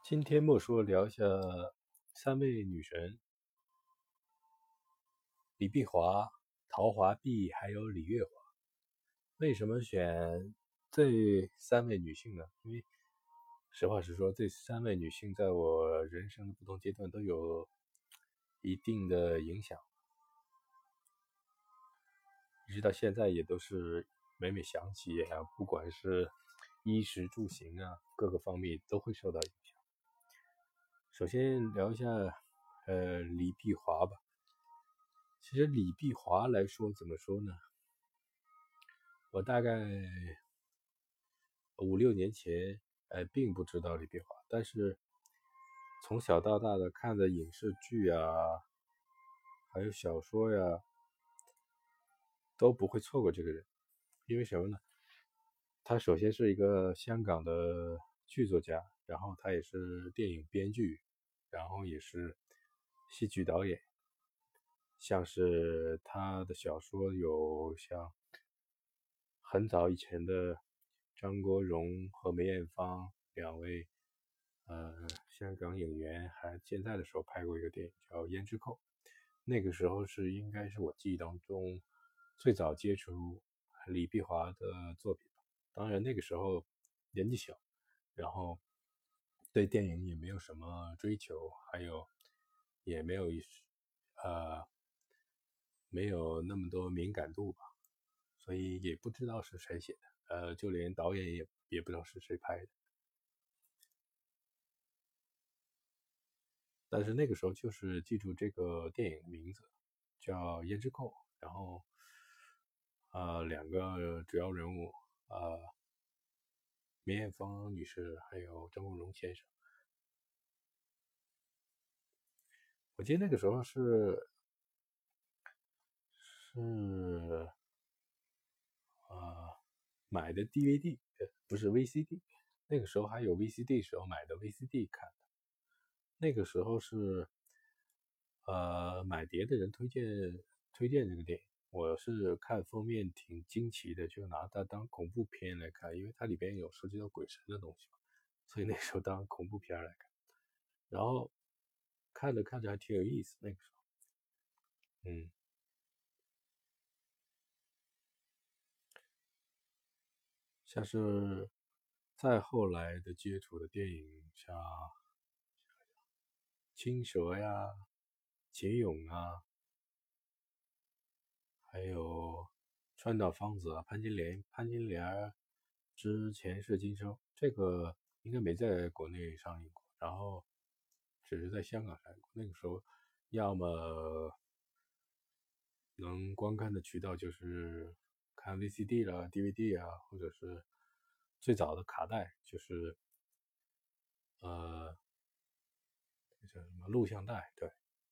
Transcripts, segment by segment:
今天莫说聊一下三位女神李碧华、陶华碧还有李月华。为什么选这三位女性呢？因为实话实说，这三位女性在我人生的不同阶段都有一定的影响，一直到现在也都是每每想起啊，不管是衣食住行啊，各个方面都会受到影响。首先聊一下李碧华吧。其实李碧华来说，怎么说呢？我大概5、6年前，并不知道李碧华，但是从小到大的看的影视剧啊，还有小说呀，都不会错过这个人。因为什么呢？他首先是一个香港的剧作家，然后他也是电影编剧，然后也是戏剧导演。像是他的小说有像很早以前的张国荣和梅艳芳两位香港演员，还健在的时候拍过一个电影叫《胭脂扣》，那个时候应该是我记忆当中最早接触李碧华的作品。当然那个时候年纪小，然后对电影也没有什么追求，还有也呃没有那么多敏感度吧，所以也不知道是谁写的，就连导演也不知道是谁拍的。但是那个时候就是记住这个电影的名字叫《胭脂扣》，然后两个主要人物梅艳芳女士还有张国荣先生。我记得那个时候是买的 DVD，不是 VCD，那个时候还有 VCD 时候买的 VCD 看的。那个时候是买碟的人推荐这个电影，我是看封面挺惊奇的，就拿它当恐怖片来看，因为它里边有涉及到鬼神的东西嘛，所以那时候当恐怖片来看，然后看着看着还挺有意思。那个时候，嗯，像是再后来的接触的电影，像青蛇呀、秦勇啊，还有川岛芳子啊、潘金莲之前世今生，这个应该没在国内上映过，然后只是在香港上映过。那个时候，要么能观看的渠道就是看 VCD 啦、DVD 啊，或者是最早的卡带，就是呃，那叫什么录像带，对。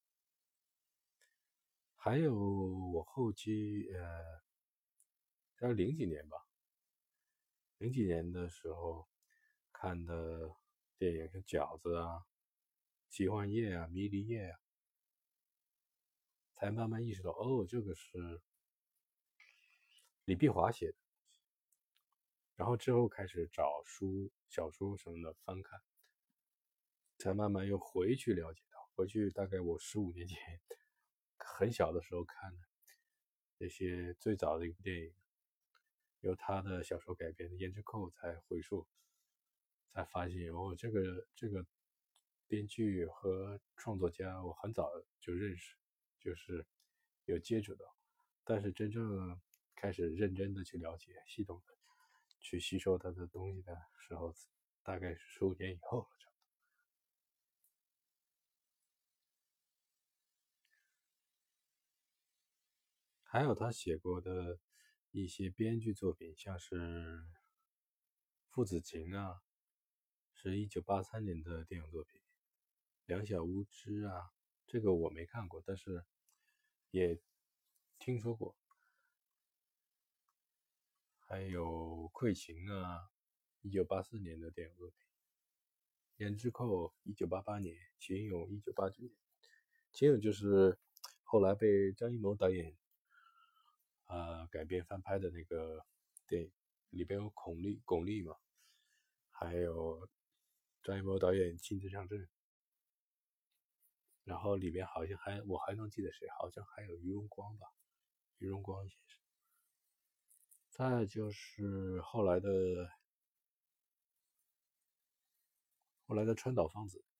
还有我后期在零几年吧，零几年的时候看的电影像饺子啊、奇幻夜啊、迷离夜啊，才慢慢意识到，哦，这个是李碧华写的。然后之后开始找小说什么的翻看，才慢慢又回去了解到，回去大概我15年前很小的时候看的那些最早的一部电影，由他的小说改编的《胭脂扣》，才回溯，才发现哦，这个编剧和创作家我很早就认识，就是有接触到，但是真正开始认真的去了解，系统的去吸收他的东西的时候，大概是15年以后了。还有他写过的一些编剧作品，像是《父子情》啊，是1983年的电影作品，《两小无知》啊，这个我没看过，但是也听说过。还有《愧情》啊，1984年的电影作品，《胭脂扣》1988年，秦勇1989年。秦勇就是后来被张艺谋导演改编翻拍的那个电影，里边有巩俐嘛，还有张艺谋导演亲自上阵，然后里面好像我还能记得谁，好像还有于荣光吧，于荣光先生。再就是后来的川岛芳子，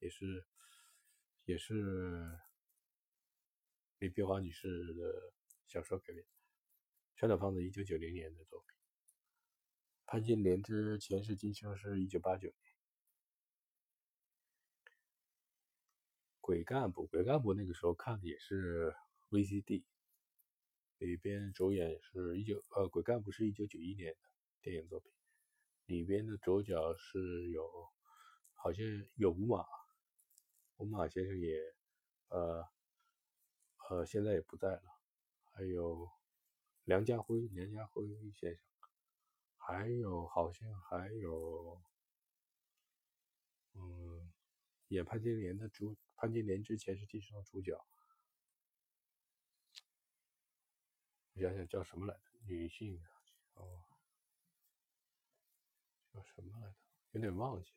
也是李碧华女士的小说改编。川岛芳子1990年的作品，潘金莲之前世今生是1989年。鬼干部那个时候看的也是 VCD， 里边主演是鬼干部是1991年的电影作品，里边的主角好像有吴马先生也呃现在也不在了，还有梁家辉先生，好像还有演潘金莲之前是今生的主角，我想想叫什么来着？女性哦，叫什么来着？有点忘记。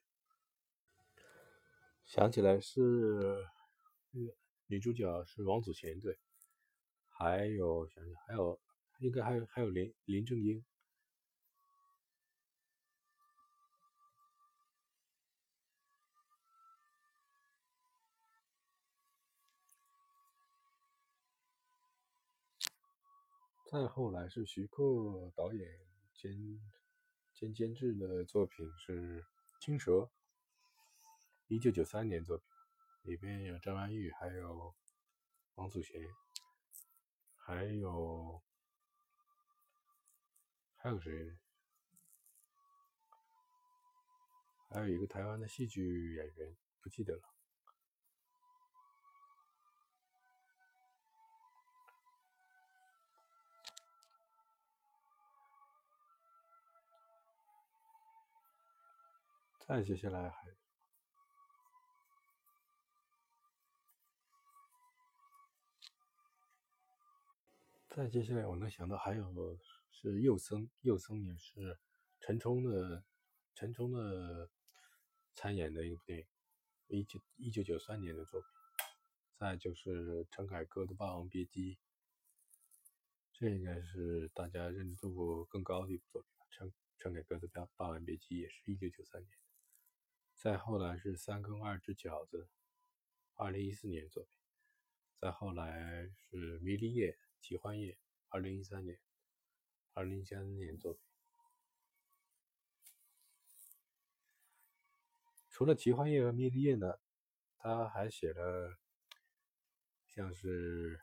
想起来是女主角是王祖贤，对，想想应该还有林正英。再后来是徐克导演兼监制的作品是《青蛇》，1993年作品，里边有张曼玉，还有王祖贤，还有谁？还有一个台湾的戏剧演员，不记得了。再接下来我能想到还有是佑森也是陈冲的参演的一部电影，1993年的作品。再就是陈凯歌的《霸王别姬》，这应该是大家认知度更高的一部作品。陈凯歌的《霸王别姬》也是1993年。再后来是三更二只饺子，2014年作品。再后来是迷离夜、奇幻夜，2013年作品。除了奇幻夜和迷离夜呢，他还写了像是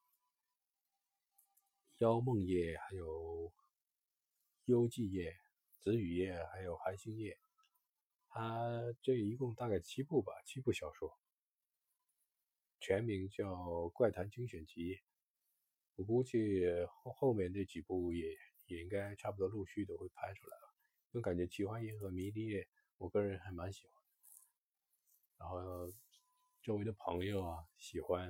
妖梦夜，还有幽寂夜、子雨夜，还有寒星夜。他这一共大概7部吧，7部小说，全名叫《怪谈精选集》。我估计后面这几部也应该差不多陆续的会拍出来了，因为感觉奇幻夜和迷离夜，我个人还蛮喜欢。然后周围的朋友啊，喜欢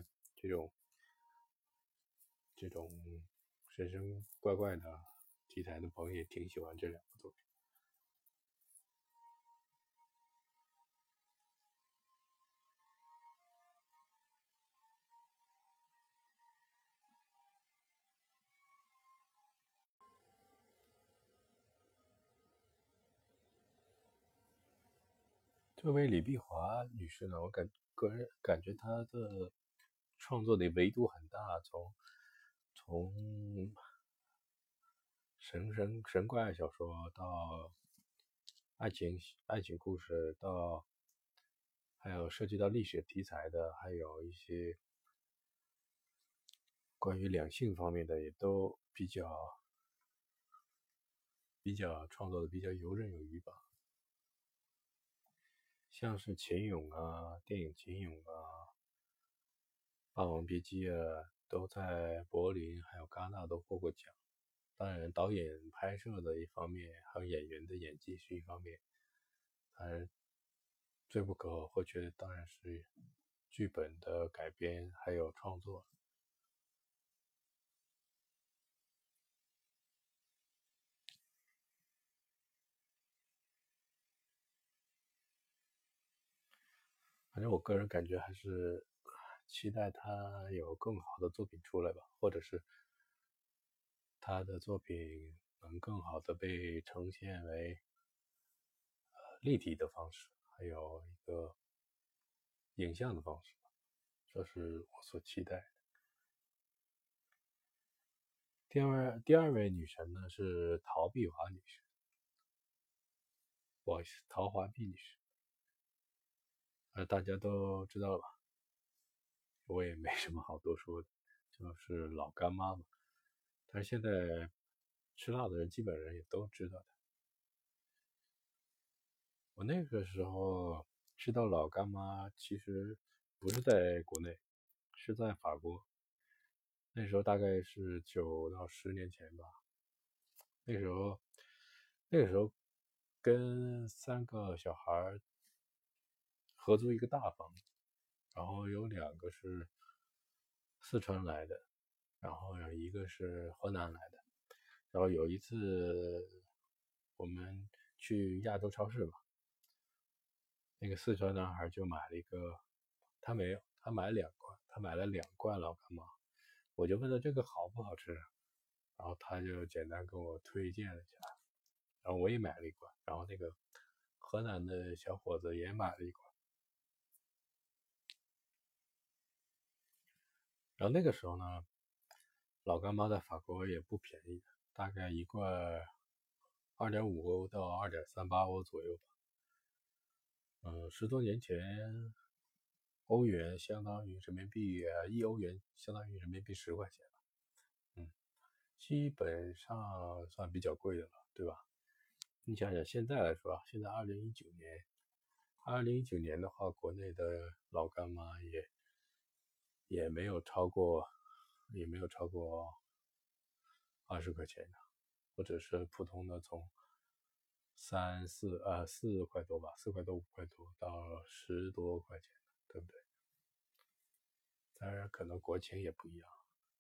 这种神神怪怪的题材的朋友也挺喜欢这两部作品。作为李碧华女士呢，个人感觉她的创作的维度很大，从神怪小说到爱情故事，到还有涉及到历史题材的，还有一些关于两性方面的，也都比较创作的比较游刃有余吧。像是秦俑啊，电影秦俑啊，霸王别姬啊，都在柏林还有戛纳都获过奖。当然，导演拍摄的一方面，还有演员的演技是一方面，当然最不可或缺的当然是剧本的改编还有创作。 反正我个人感觉还是期待他有更好的作品出来吧，或者是他的作品能更好的被呈现为立体的方式，还有一个影像的方式，这是我所期待的。第二位女神呢是陶碧华女士，不好意思，陶华碧女士，大家都知道了吧？我也没什么好多说的，就是老干妈嘛。但是现在吃辣的人基本上也都知道的。我那个时候知道老干妈，其实不是在国内，是在法国。那时候大概是9到10年前吧。那时候，那个时候跟3个小孩合租一个大房子，然后有2个是四川来的，然后有一个是河南来的。然后有一次我们去亚洲超市吧，那个四川男孩就买了一个，他没有，他买了2罐，他买了2罐老干妈。我就问他这个好不好吃，然后他就简单跟我推荐了一下，然后我也买了一罐，然后那个河南的小伙子也买了一罐。然后那个时候呢，老干妈在法国也不便宜，大概一罐2.5欧到2.38欧左右吧。10多年前，欧元相当于人民币1欧元相当于人民币10块钱了。基本上算比较贵的了，对吧？你想想现在来说啊，现在2019年的话，国内的老干妈也没有超过20块钱的，或者是普通的从4块多吧，4块多5块多到10多块钱，对不对？当然可能国情也不一样，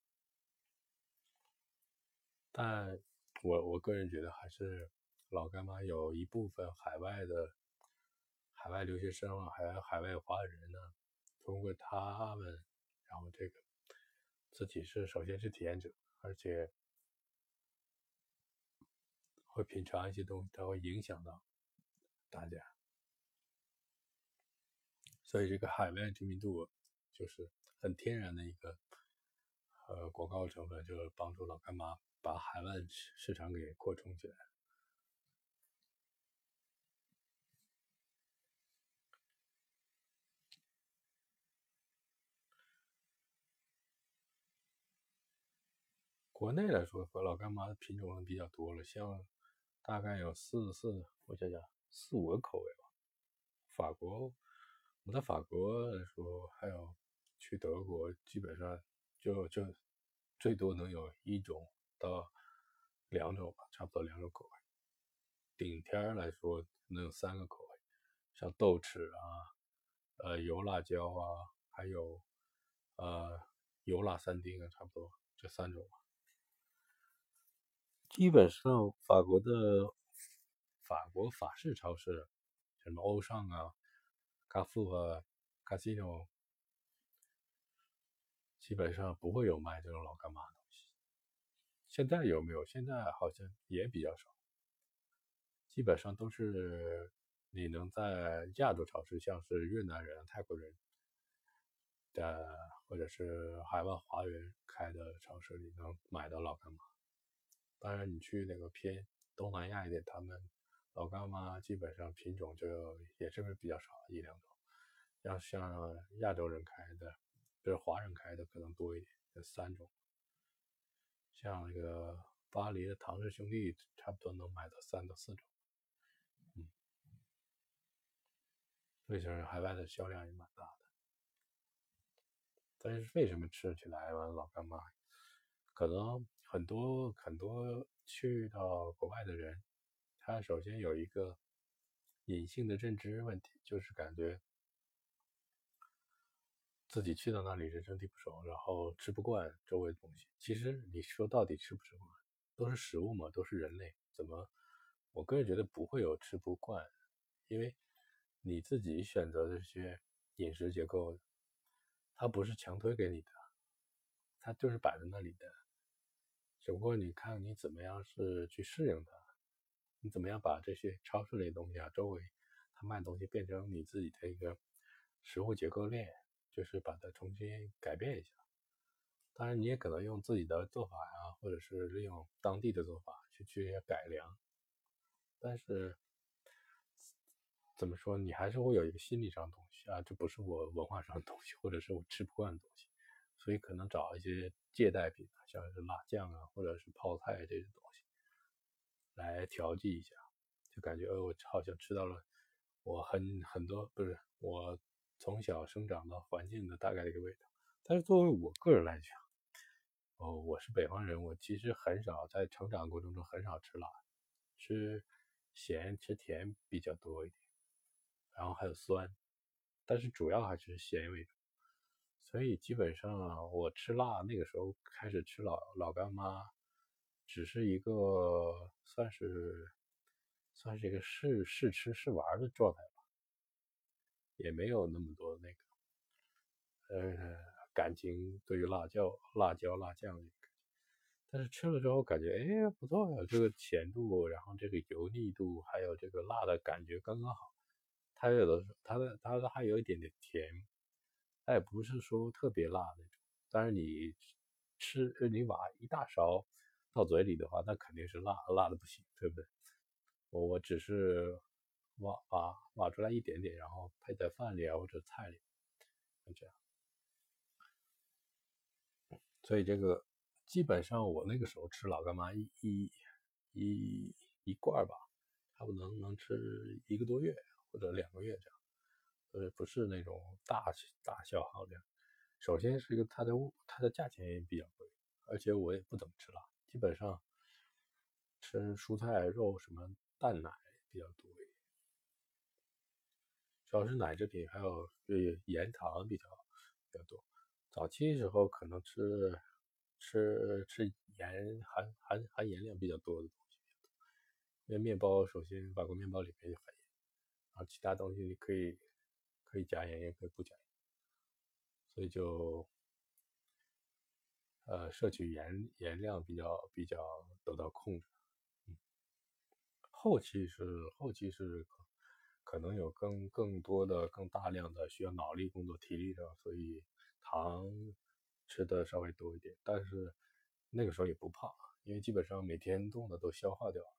但我个人觉得还是老干妈有一部分海外留学生啊，还有海外华人呢，通过他们，然后这个自己首先是体验者，而且会品尝一些东西，它会影响到大家，所以这个海外知名度就是很天然的一个广告成分，就是帮助老干妈把海外市场给扩充起来。国内来说，和老干妈的品种比较多了，像大概有我想想4、5个口味吧。我在法国来说，还有去德国，基本上就最多能有1种到2种吧，差不多2种口味。顶天来说能有3个口味，像豆豉啊、油辣椒啊，还有呃油辣3丁啊，差不多这3种吧。基本上法式超市，什么欧尚啊、卡富啊、Casino，基本上不会有卖这种老干妈的东西。现在有没有？现在好像也比较少，基本上都是你能在亚洲超市，像是越南人、泰国人或者是海外华人开的超市里能买到老干妈。当然，你去那个偏东南亚一点，他们老干妈基本上品种就也是比较少，1、2种。像亚洲人开的，就是华人开的可能多一点，有3种。像那个巴黎的唐氏兄弟，差不多能买到3到4种。所以说海外的销量也蛮大的。但是为什么吃起来完老干妈？可能很多去到国外的人，他首先有一个隐性的认知问题，就是感觉自己去到那里人生地不熟，然后吃不惯周围的东西。其实你说到底吃不吃惯，都是食物嘛，都是人类，我个人觉得不会有吃不惯，因为你自己选择的这些饮食结构，它不是强推给你的，它就是摆在那里的，只不过你看你怎么样是去适应它，你怎么样把这些超市里的东西啊，周围它卖的东西变成你自己的一个食物结构链，就是把它重新改变一下。当然你也可能用自己的做法呀，或者是利用当地的做法去改良，但是怎么说，你还是会有一个心理上的东西啊，这不是我文化上的东西，或者是我吃不惯的东西，所以可能找一些借代品，像是辣酱啊，或者是泡菜这种东西来调剂一下，就感觉我好像吃到了我很多不是我从小生长到环境的大概的一个味道。但是作为我个人来讲，我是北方人，我其实很少在成长过程中很少吃辣，吃咸吃甜比较多一点，然后还有酸，但是主要还是咸为主。所以基本上我吃辣那个时候开始吃老干妈，只是一个算是一个试吃试玩的状态吧，也没有那么多那个感情对于辣酱。但是吃了之后感觉哎不错呀，这个甜度，然后这个油腻度，还有这个辣的感觉刚刚好。它有的它还有一点点甜，它也不是说特别辣那种。但是你把一大勺到嘴里的话，那肯定是辣的不行，对不对？我只是挖出来一点点，然后配在饭里啊或者菜里，就这样。所以这个基本上我那个时候吃老干妈一一罐吧，差不多能吃1个多月或者2个月这样，不是那种大消耗量。首先是一个它的价钱也比较贵，而且我也不怎么吃辣，基本上吃蔬菜肉什么蛋奶比较多一点，主要是奶制品还有盐糖比较多。早期时候可能吃盐含盐量比较多的东西，因为面包首先法国面包里面就含盐，然后其他东西你可以加盐也可以不加盐，所以就摄取盐量比较得到控制。后期是可能有更多的更大量的需要脑力工作体力的，所以糖吃的稍微多一点，但是那个时候也不胖，因为基本上每天动的都消化掉了。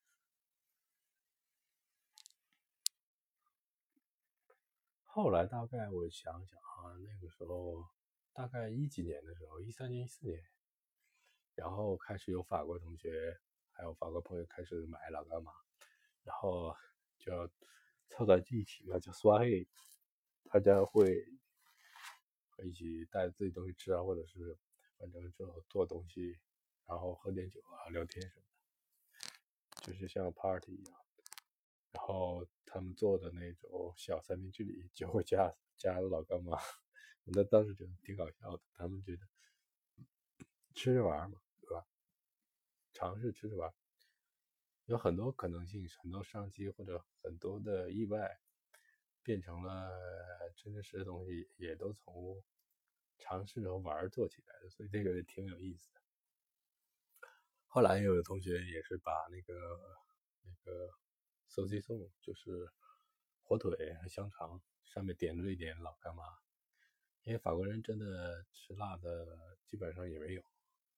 后来大概我想想啊，那个时候大概一几年的时候，13年14年，然后开始有法国同学还有法国朋友开始买老干妈，然后就要凑在一起嘛，叫刷黑，大家会一起带自己东西吃啊，或者是反正就做东西，然后喝点酒啊，聊天什么的，就是像 party 一样。然后他们做的那种小三明治里就会加老干妈，我当时觉得挺搞笑的，他们觉得吃着玩嘛，对吧？尝试吃着玩，有很多可能性，很多商机或者很多的意外，变成了真真实的东西，也都从尝试和玩做起来的，所以这个挺有意思的。后来有的同学也是把那个 saucisson 就是火腿和香肠上面点缀一点老干妈，因为法国人真的吃辣的基本上也没有，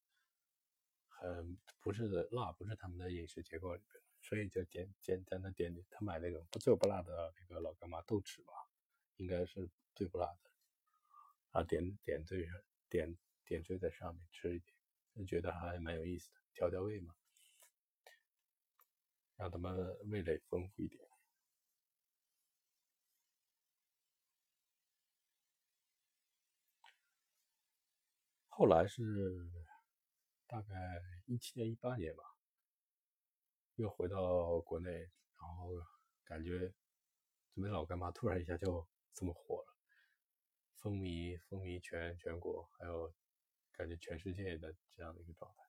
不是辣不是他们的饮食结构里边，所以就简单的点点。他买那种最不辣的那个老干妈豆豉吧，应该是最不辣的，啊点点缀在上面吃一点，就觉得还蛮有意思的，调味嘛，让他们味蕾丰富一点。后来是大概17年18年吧，又回到国内，然后感觉怎么老干妈突然一下就这么火了，风靡全国，还有感觉全世界的这样的一个状态。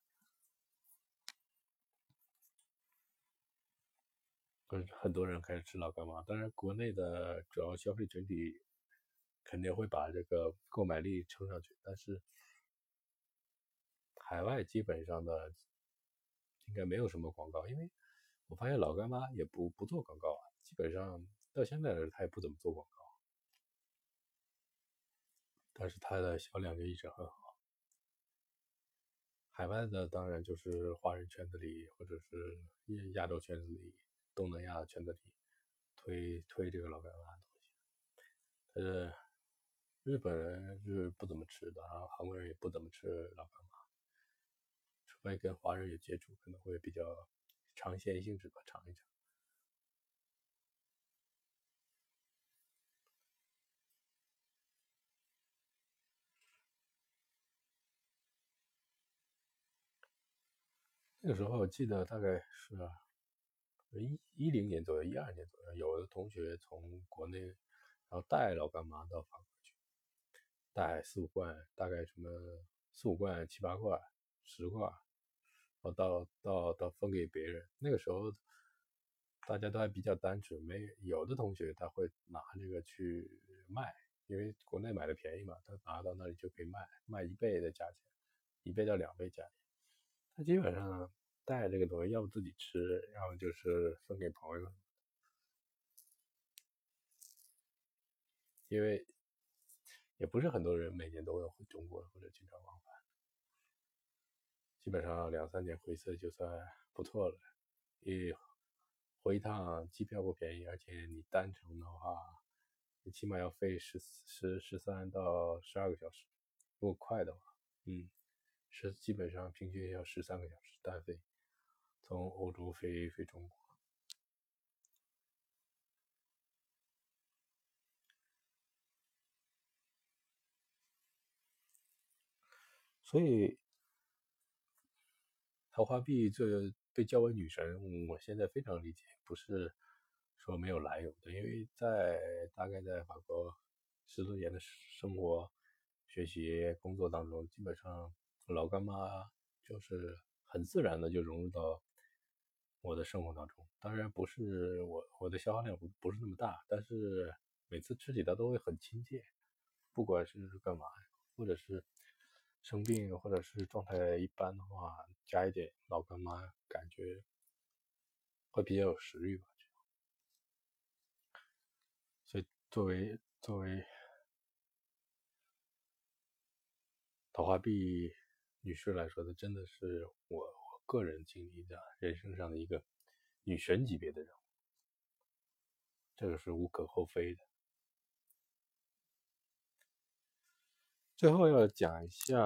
很多人开始吃老干妈，当然国内的主要消费群体肯定会把这个购买力撑上去。但是海外基本上的应该没有什么广告，因为我发现老干妈也不做广告啊，基本上到现在他也不怎么做广告，但是它的销量就一直很好。海外的当然就是华人圈子里或者是亚洲圈子里、东南亚圈子里推这个老干妈的东西，但是日本人是不怎么吃的，然后韩国人也不怎么吃老干妈，除非跟华人有接触，可能会比较尝鲜性质吧，尝一尝。那个时候我记得大概是10年左右、12年左右，有的同学从国内然后带老干妈到法国去，带4、5罐，大概什么4、5罐、7、8罐、10罐，然后到分给别人。那个时候大家都还比较单纯，有的同学他会拿这个去卖，因为国内买的便宜嘛，他拿到那里就可以卖1倍的价钱，1倍到2倍价钱。他基本上带这个东西，要不自己吃，要么就是分给朋友，因为也不是很多人每年都会回中国或者经常往返，基本上2、3年回一次就算不错了。一回一趟机票不便宜，而且你单程的话，你起码要飞13到12个小时，如果快的话，基本上平均要13个小时单飞，从欧洲飞中国。所以桃花碧这被叫为女神，我现在非常理解，不是说没有来由的，因为大概在法国10多年的生活、学习、工作当中，基本上老干妈就是很自然的就融入到我的生活当中。当然不是我的消耗量不是那么大，但是每次吃起它都会很亲切，不管是干嘛，或者是生病，或者是状态一般的话，加一点老干妈，感觉会比较有食欲吧。所以作为桃花碧女士来说，她真的是我个人经历的人生上的一个女神级别的人物，这个是无可厚非的。最后要讲一下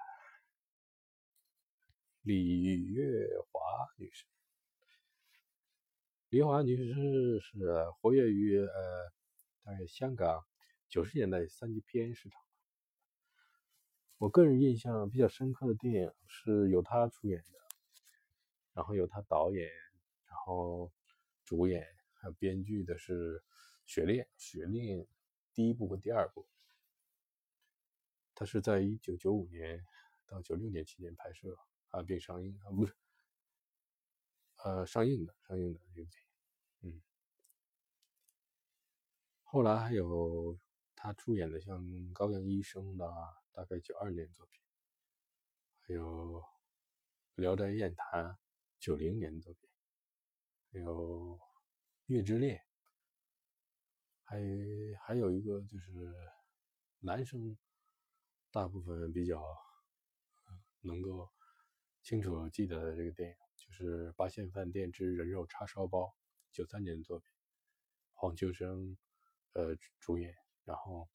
李月华女士。李月华女士是活跃于大概香港90年代3级片市场。我个人印象比较深刻的电影是由她出演的，然后由她导演，然后主演还有编剧的是《雪恋》。《雪恋》第1部和第2部，它是在1995年到96年期间拍摄并上映不是上映的这部电影。后来还有他出演的像《羔羊医生》的，大概92年作品，还有《聊斋艳谈》90年作品，还有《月之恋》，还有一个就是男生大部分比较能够清楚记得的这个电影，就是《八仙饭店之人肉叉烧包》，93年的作品，黄秋生主演，然后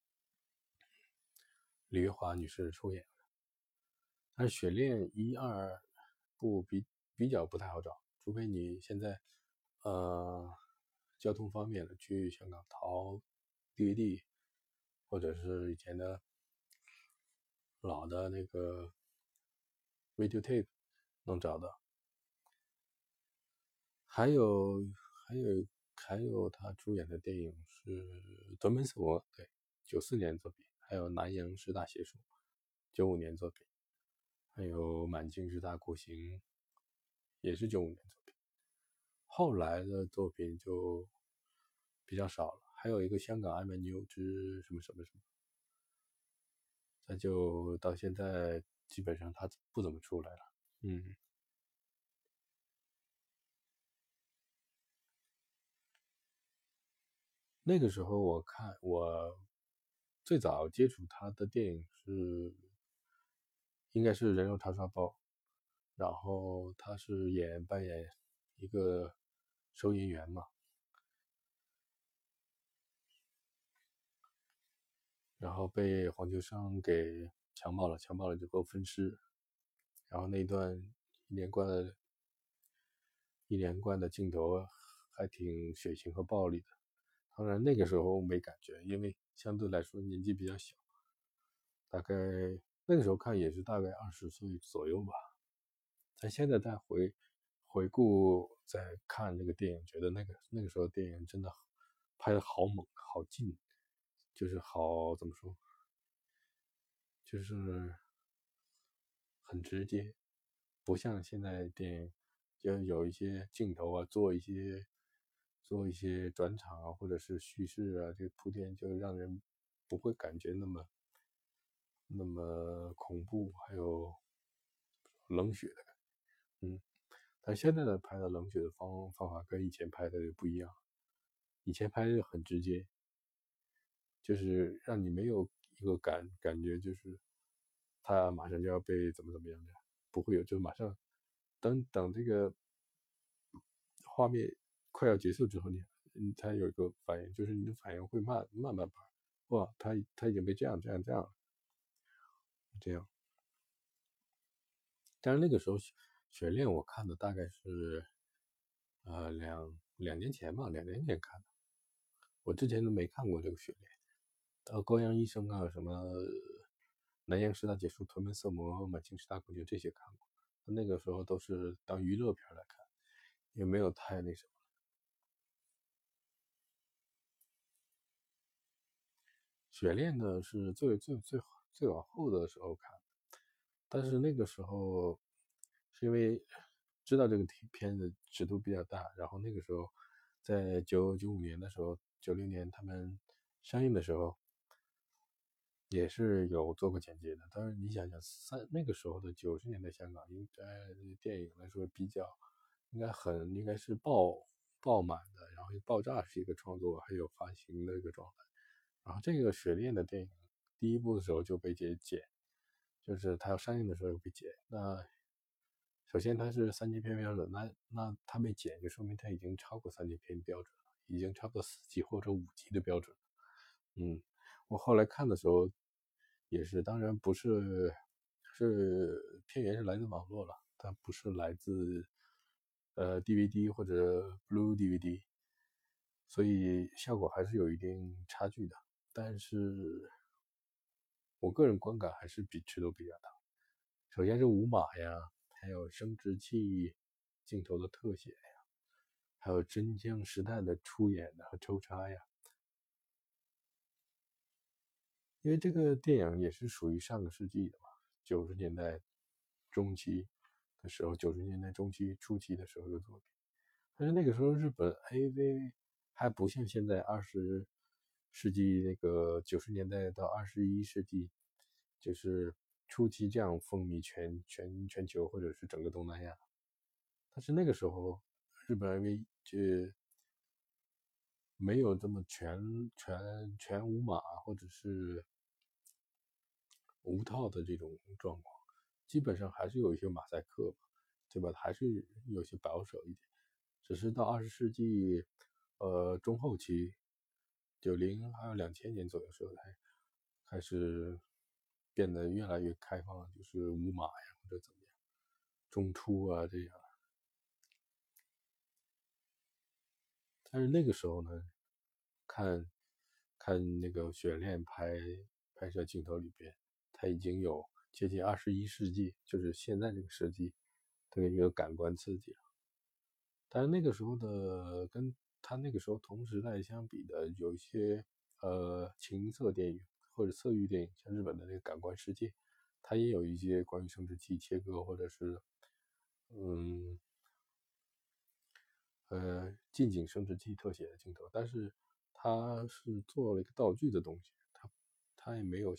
李月华女士出演。但是《雪恋》1、2部比较不太好找，除非你现在交通方便了，去香港淘 DVD，或者是以前的老的那个 videotape 能找到。还有还有还有他主演的电影是《屯门刺魔》，对，94年作品，还有《南洋十大邪术》，95年作品，还有《满清十大酷刑》，也是95年作品。后来的作品就比较少了， 还有一个香港爱曼妞之什么什么什么，那就到现在基本上他不怎么出来了。那个时候我最早接触他的电影应该是《人肉叉烧包》，然后他是扮演一个收银员嘛，然后被黄秋生给强暴了，强暴了之后分尸，然后那段一连贯的镜头还挺血腥和暴力的。当然那个时候没感觉，因为相对来说年纪比较小，大概那个时候看也是大概20岁左右吧。但现在回顾再看那个电影，觉得那个时候电影真的拍的好猛好近，就是好怎么说，就是很直接，不像现在电影就有一些镜头啊，做一些转场啊，或者是叙事啊，这个铺垫就让人不会感觉那么恐怖，还有冷血的感觉。但现在的拍的冷血的方法跟以前拍的不一样，以前拍的很直接，就是让你没有一个感觉，就是他马上就要被怎么样的，不会有，就马上等这个画面快要结束之后，才有一个反应，就是你的反应会慢拍，哇，他已经被这样了，这样。但是那个时候雪恋我看的大概是两年前吧，2年前看的，我之前都没看过这个雪恋。高阳医生啊，什么南阳十大杰出、屯门色魔、满清十大酷刑这些看过，那个时候都是当娱乐片来看，也没有太那什么。雪恋呢是最往后的时候看，但是那个时候是因为知道这个片子尺度比较大，然后那个时候在95年的时候，96年他们上映的时候，也是有做过简介的。当然你想想，那个时候的90年代香港，应该电影来说应该是爆满的，然后爆炸式一个创作，还有发行的一个状态。然后这个雪恋的电影第一部的时候就被剪，就是它要上映的时候被剪。那首先它是3级片标准，那它被剪就说明它已经超过3级片标准了，已经差不多4级或者5级的标准。我后来看的时候也是，当然不是，片源是来自网络了，它不是来自DVD 或者 Blue DVD，所以效果还是有一定差距的。但是我个人观感还是尺度比较大。首先是无码呀，还有生殖器镜头的特写呀，还有真枪实弹的出演和抽插呀。因为这个电影也是属于上个世纪的嘛，九十年代中期初期的时候的作品。但是那个时候日本 AV 还不像现在20世纪那个90年代到21世纪，就是初期这样风靡全球或者是整个东南亚。但是那个时候日本 AV 就没有这么全无码或者是无套的这种状况，基本上还是有一些马赛克吧，对吧？还是有些保守一点。只是到20世纪中后期，90还有2000年左右时候才开始变得越来越开放，就是无码呀或者怎么样，中出啊这样。但是那个时候呢，看那个雪恋拍摄镜头里边，它已经有接近21世纪，就是现在这个世纪的一个感官刺激了。但是那个时候的跟他那个时候同时代相比的，有一些情色电影或者色欲电影，像日本的那个《感官世界》，它也有一些关于生殖器切割或者是嗯近景生殖器特写的镜头，但是他是做了一个道具的东西，他也没有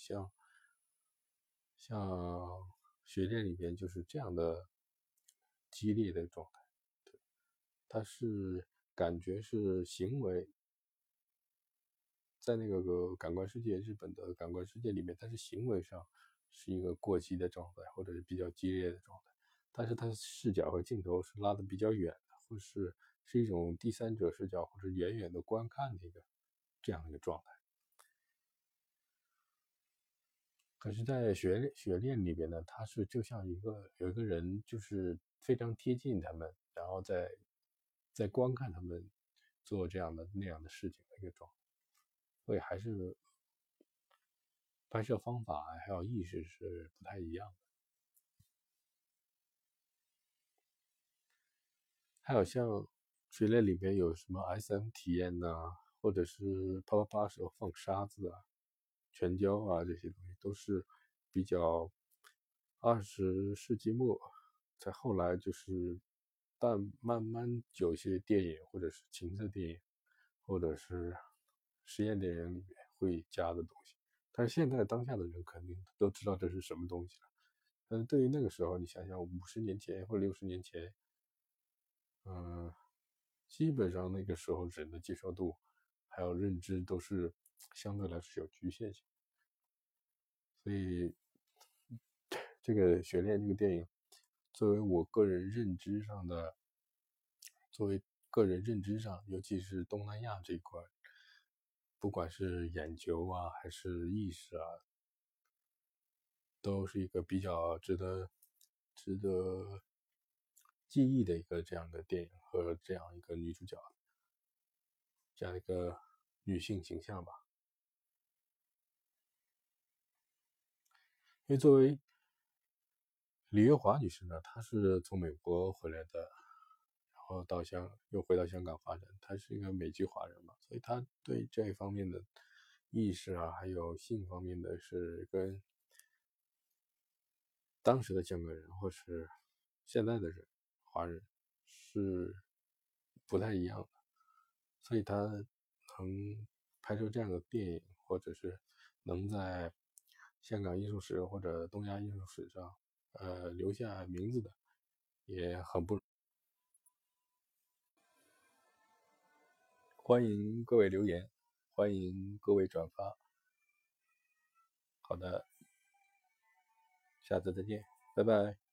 像学恋里边就是这样的激烈的状态，他是感觉是行为，在那个感官世界，日本的感官世界里面，它是行为上是一个过激的状态，或者是比较激烈的状态，但是它的视角和镜头是拉得比较远的，或是一种第三者视角，或者远远的观看的这样一个状态。可是，在学恋里边呢，他是就像有一个人，就是非常贴近他们，然后在观看他们做这样的那样的事情的一个状态，所以还是拍摄方法还有意识是不太一样的。还有像学恋里边有什么 SM 体验呐、或者是啪啪啪时候放沙子啊、全胶啊这些东西，都是比较20世纪末，再后来就是慢慢有些电影或者是情色电影或者是实验电影里面会加的东西，但是现在当下的人肯定都知道这是什么东西了。对于那个时候，你想想50年前或60年前，嗯，基本上那个时候人的接受度还有认知都是相对来说有局限性，所以这个《悬恋》这个电影，作为我个人认知上的，作为个人认知上，尤其是东南亚这一块，不管是眼球啊还是意识啊，都是一个比较值得记忆的一个这样的电影和这样一个女主角，这样一个女性形象吧。因为作为李月华女士呢，她是从美国回来的，然后又回到香港发展。她是一个美籍华人嘛，所以她对这一方面的意识啊，还有性方面的是跟当时的香港人或是现在的华人是不太一样的，所以她能拍出这样的电影，或者是能在香港艺术史或者东亚艺术史上留下名字的，也很不。欢迎各位留言，欢迎各位转发。好的，下次再见，拜拜。